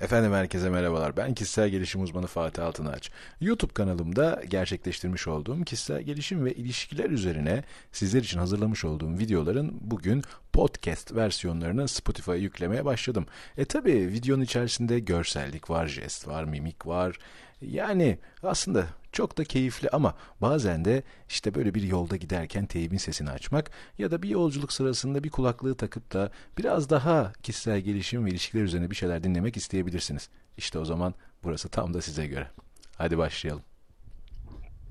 Efendim herkese merhabalar. Ben kişisel gelişim uzmanı Fatih Altınaç. YouTube kanalımda gerçekleştirmiş olduğum kişisel gelişim ve ilişkiler üzerine sizler için hazırlamış olduğum videoların bugün podcast versiyonlarını Spotify'a yüklemeye başladım. Tabi videonun içerisinde görsellik var, jest var, mimik var. Yani aslında çok da keyifli ama bazen de işte böyle bir yolda giderken teybin sesini açmak ya da bir yolculuk sırasında bir kulaklığı takıp da biraz daha kişisel gelişim ve ilişkiler üzerine bir şeyler dinlemek isteyebilirsiniz. İşte o zaman burası tam da size göre. Hadi başlayalım.